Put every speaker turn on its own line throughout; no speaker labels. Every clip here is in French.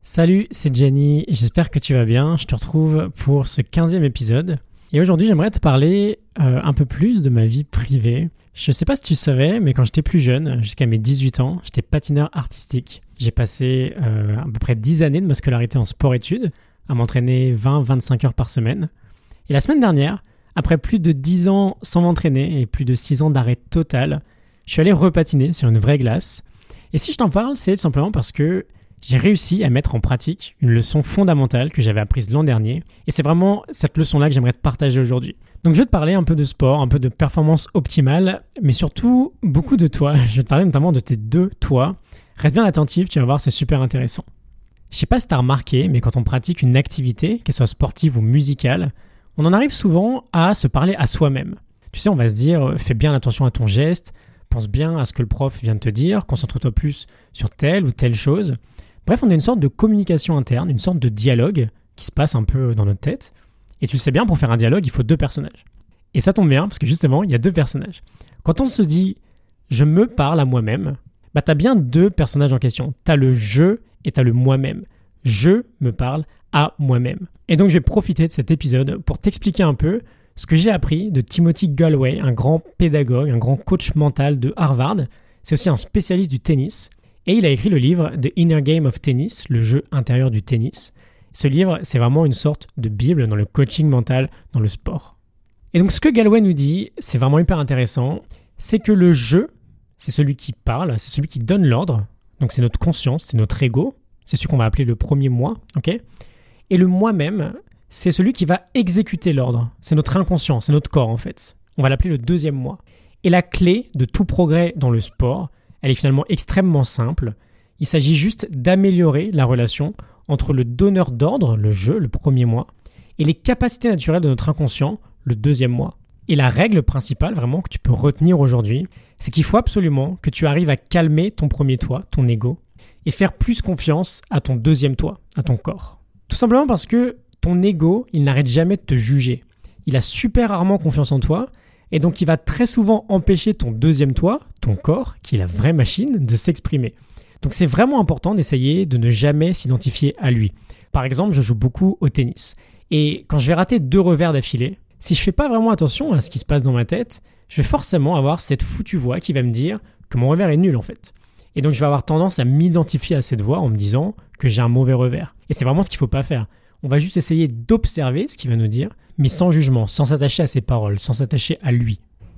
Salut, c'est Jenny, j'espère que tu vas bien. Je te retrouve pour ce 15e épisode. Et aujourd'hui, j'aimerais te parler un peu plus de ma vie privée. Je sais pas si tu savais, mais quand j'étais plus jeune, jusqu'à mes 18 ans, j'étais patineur artistique. J'ai passé à peu près 10 années de ma scolarité en sport-études, à m'entraîner 20-25 heures par semaine. Et la semaine dernière, après plus de 10 ans sans m'entraîner et plus de 6 ans d'arrêt total, je suis allé repatiner sur une vraie glace. Et si je t'en parle, c'est tout simplement parce que j'ai réussi à mettre en pratique une leçon fondamentale que j'avais apprise l'an dernier. Et c'est vraiment cette leçon-là que j'aimerais te partager aujourd'hui. Donc je vais te parler un peu de sport, un peu de performance optimale, mais surtout beaucoup de toi. Je vais te parler notamment de tes deux toi. Reste bien attentif, tu vas voir, c'est super intéressant. Je sais pas si tu as remarqué, mais quand on pratique une activité, qu'elle soit sportive ou musicale, on en arrive souvent à se parler à soi-même. Tu sais, on va se dire, fais bien attention à ton geste, pense bien à ce que le prof vient de te dire, concentre-toi plus sur telle ou telle chose. Bref, on a une sorte de communication interne, une sorte de dialogue qui se passe un peu dans notre tête. Et tu le sais bien, pour faire un dialogue, il faut deux personnages. Et ça tombe bien, parce que justement, il y a deux personnages. Quand on se dit « je me parle à moi-même », bah t'as bien deux personnages en question. T'as le « je » et t'as le « moi-même ». Je me parle à moi-même. Et donc, je vais profiter de cet épisode pour t'expliquer un peu ce que j'ai appris de Timothy Gallwey, un grand pédagogue, un grand coach mental de Harvard. C'est aussi un spécialiste du tennis. Et il a écrit le livre The Inner Game of Tennis, le jeu intérieur du tennis. Ce livre, c'est vraiment une sorte de bible dans le coaching mental dans le sport. Et donc ce que Gallwey nous dit, c'est vraiment hyper intéressant, c'est que le je, c'est celui qui parle, c'est celui qui donne l'ordre. Donc c'est notre conscience, c'est notre ego, c'est celui qu'on va appeler le premier moi, ok ? Et le moi-même, c'est celui qui va exécuter l'ordre. C'est notre inconscient, c'est notre corps en fait. On va l'appeler le deuxième moi. Et la clé de tout progrès dans le sport, elle est finalement extrêmement simple. Il s'agit juste d'améliorer la relation entre le donneur d'ordre, le je, le premier moi, et les capacités naturelles de notre inconscient, le deuxième moi. Et la règle principale vraiment que tu peux retenir aujourd'hui, c'est qu'il faut absolument que tu arrives à calmer ton premier toi, ton ego, et faire plus confiance à ton deuxième toi, à ton corps. Tout simplement parce que ton ego, il n'arrête jamais de te juger. Il a super rarement confiance en toi, et donc il va très souvent empêcher ton deuxième toi, ton corps, qui est la vraie machine, de s'exprimer. Donc c'est vraiment important d'essayer de ne jamais s'identifier à lui. Par exemple, je joue beaucoup au tennis. Et quand je vais rater 2 revers d'affilée, si je fais pas vraiment attention à ce qui se passe dans ma tête, je vais forcément avoir cette foutue voix qui va me dire que mon revers est nul en fait. Et donc je vais avoir tendance à m'identifier à cette voix en me disant que j'ai un mauvais revers. Et c'est vraiment ce qu'il faut pas faire. On va juste essayer d'observer ce qu'il va nous dire, mais sans jugement, sans s'attacher à ses paroles, sans s'attacher à lui. Ok ?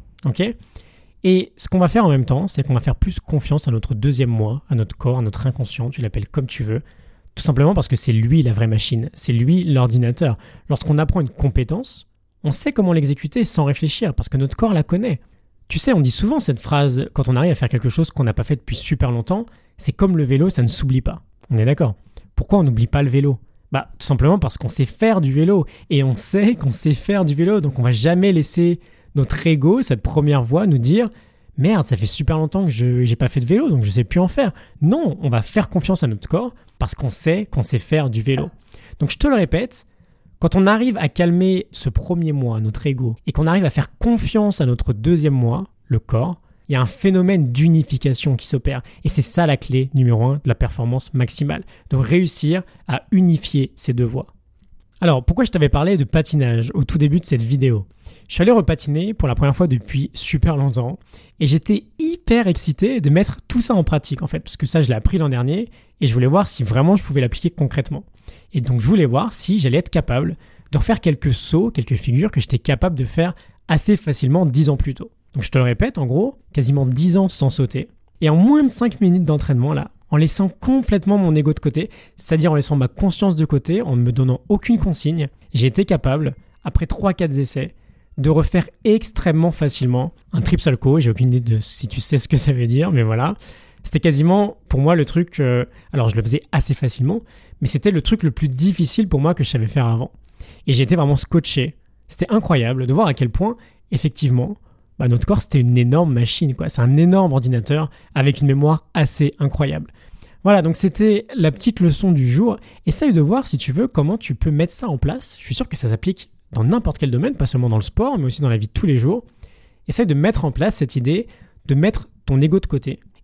Et ce qu'on va faire en même temps, c'est qu'on va faire plus confiance à notre deuxième moi, à notre corps, à notre inconscient, tu l'appelles comme tu veux, tout simplement parce que c'est lui la vraie machine, c'est lui l'ordinateur. Lorsqu'on apprend une compétence, on sait comment l'exécuter sans réfléchir, parce que notre corps la connaît. Tu sais, on dit souvent cette phrase, quand on arrive à faire quelque chose qu'on n'a pas fait depuis super longtemps, c'est comme le vélo, ça ne s'oublie pas. On est d'accord ? Pourquoi on n'oublie pas le vélo ? Bah, tout simplement parce qu'on sait faire du vélo, et on sait qu'on sait faire du vélo, donc on va jamais laisser notre ego, cette première voix, nous dire « Merde, ça fait super longtemps que je n'ai pas fait de vélo, donc je ne sais plus en faire. » Non, on va faire confiance à notre corps parce qu'on sait faire du vélo. Donc je te le répète, quand on arrive à calmer ce premier moi, notre ego, et qu'on arrive à faire confiance à notre deuxième moi, le corps, il y a un phénomène d'unification qui s'opère. Et c'est ça la clé numéro 1 de la performance maximale, de réussir à unifier ces deux voies. Alors, pourquoi je t'avais parlé de patinage au tout début de cette vidéo ? Je suis allé repatiner pour la première fois depuis super longtemps et j'étais hyper excité de mettre tout ça en pratique en fait, parce que ça je l'ai appris l'an dernier et je voulais voir si vraiment je pouvais l'appliquer concrètement. Et donc je voulais voir si j'allais être capable de refaire quelques sauts, quelques figures que j'étais capable de faire assez facilement 10 ans plus tôt. Donc je te le répète, en gros, quasiment 10 ans sans sauter et en moins de 5 minutes d'entraînement là, en laissant complètement mon ego de côté, c'est-à-dire en laissant ma conscience de côté, en ne me donnant aucune consigne, j'ai été capable, après 3-4 essais, de refaire extrêmement facilement un trip salco. J'ai aucune idée de si tu sais ce que ça veut dire, mais voilà. C'était quasiment, pour moi, le truc... alors, je le faisais assez facilement, mais c'était le truc le plus difficile pour moi que je savais faire avant. Et j'ai été vraiment scotché. C'était incroyable de voir à quel point, effectivement, notre corps, c'était une énorme machine, quoi. C'est un énorme ordinateur avec une mémoire assez incroyable. Voilà, donc c'était la petite leçon du jour. Essaye de voir, si tu veux, comment tu peux mettre ça en place. Je suis sûr que ça s'applique dans n'importe quel domaine, pas seulement dans le sport, mais aussi dans la vie de tous les jours. Essaye de mettre en place cette idée de mettre ton ego de côté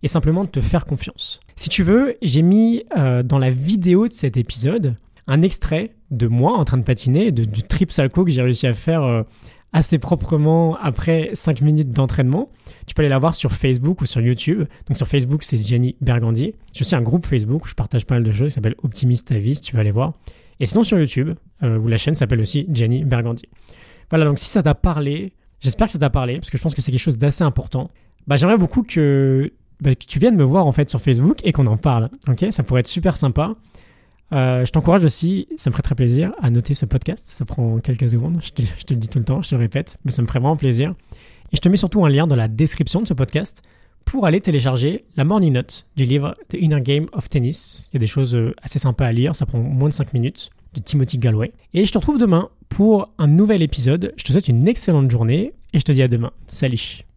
et simplement de te faire confiance. Si tu veux, j'ai mis dans la vidéo de cet épisode un extrait de moi en train de patiner, du trip salco que j'ai réussi à faire assez proprement après 5 minutes d'entraînement. Tu peux aller la voir sur Facebook ou sur YouTube. Donc sur Facebook, c'est Jenny Bergandi. J'ai aussi un groupe Facebook où je partage pas mal de choses qui s'appelle Optimiste ta vie, si tu veux aller voir. Et sinon sur YouTube, où la chaîne s'appelle aussi Jenny Bergandi. Voilà, donc si ça t'a parlé, j'espère que ça t'a parlé, parce que je pense que c'est quelque chose d'assez important. J'aimerais beaucoup que tu viennes me voir en fait sur Facebook et qu'on en parle. Ok, ça pourrait être super sympa. Je t'encourage aussi, ça me ferait très plaisir, à noter ce podcast. Ça prend quelques secondes, je te le dis tout le temps, je te le répète, mais ça me ferait vraiment plaisir. Et je te mets surtout un lien dans la description de ce podcast pour aller télécharger la morning note du livre The Inner Game of Tennis. Il y a des choses assez sympas à lire, ça prend moins de 5 minutes, de Timothy Gallwey. Et je te retrouve demain pour un nouvel épisode. Je te souhaite une excellente journée et je te dis à demain. Salut!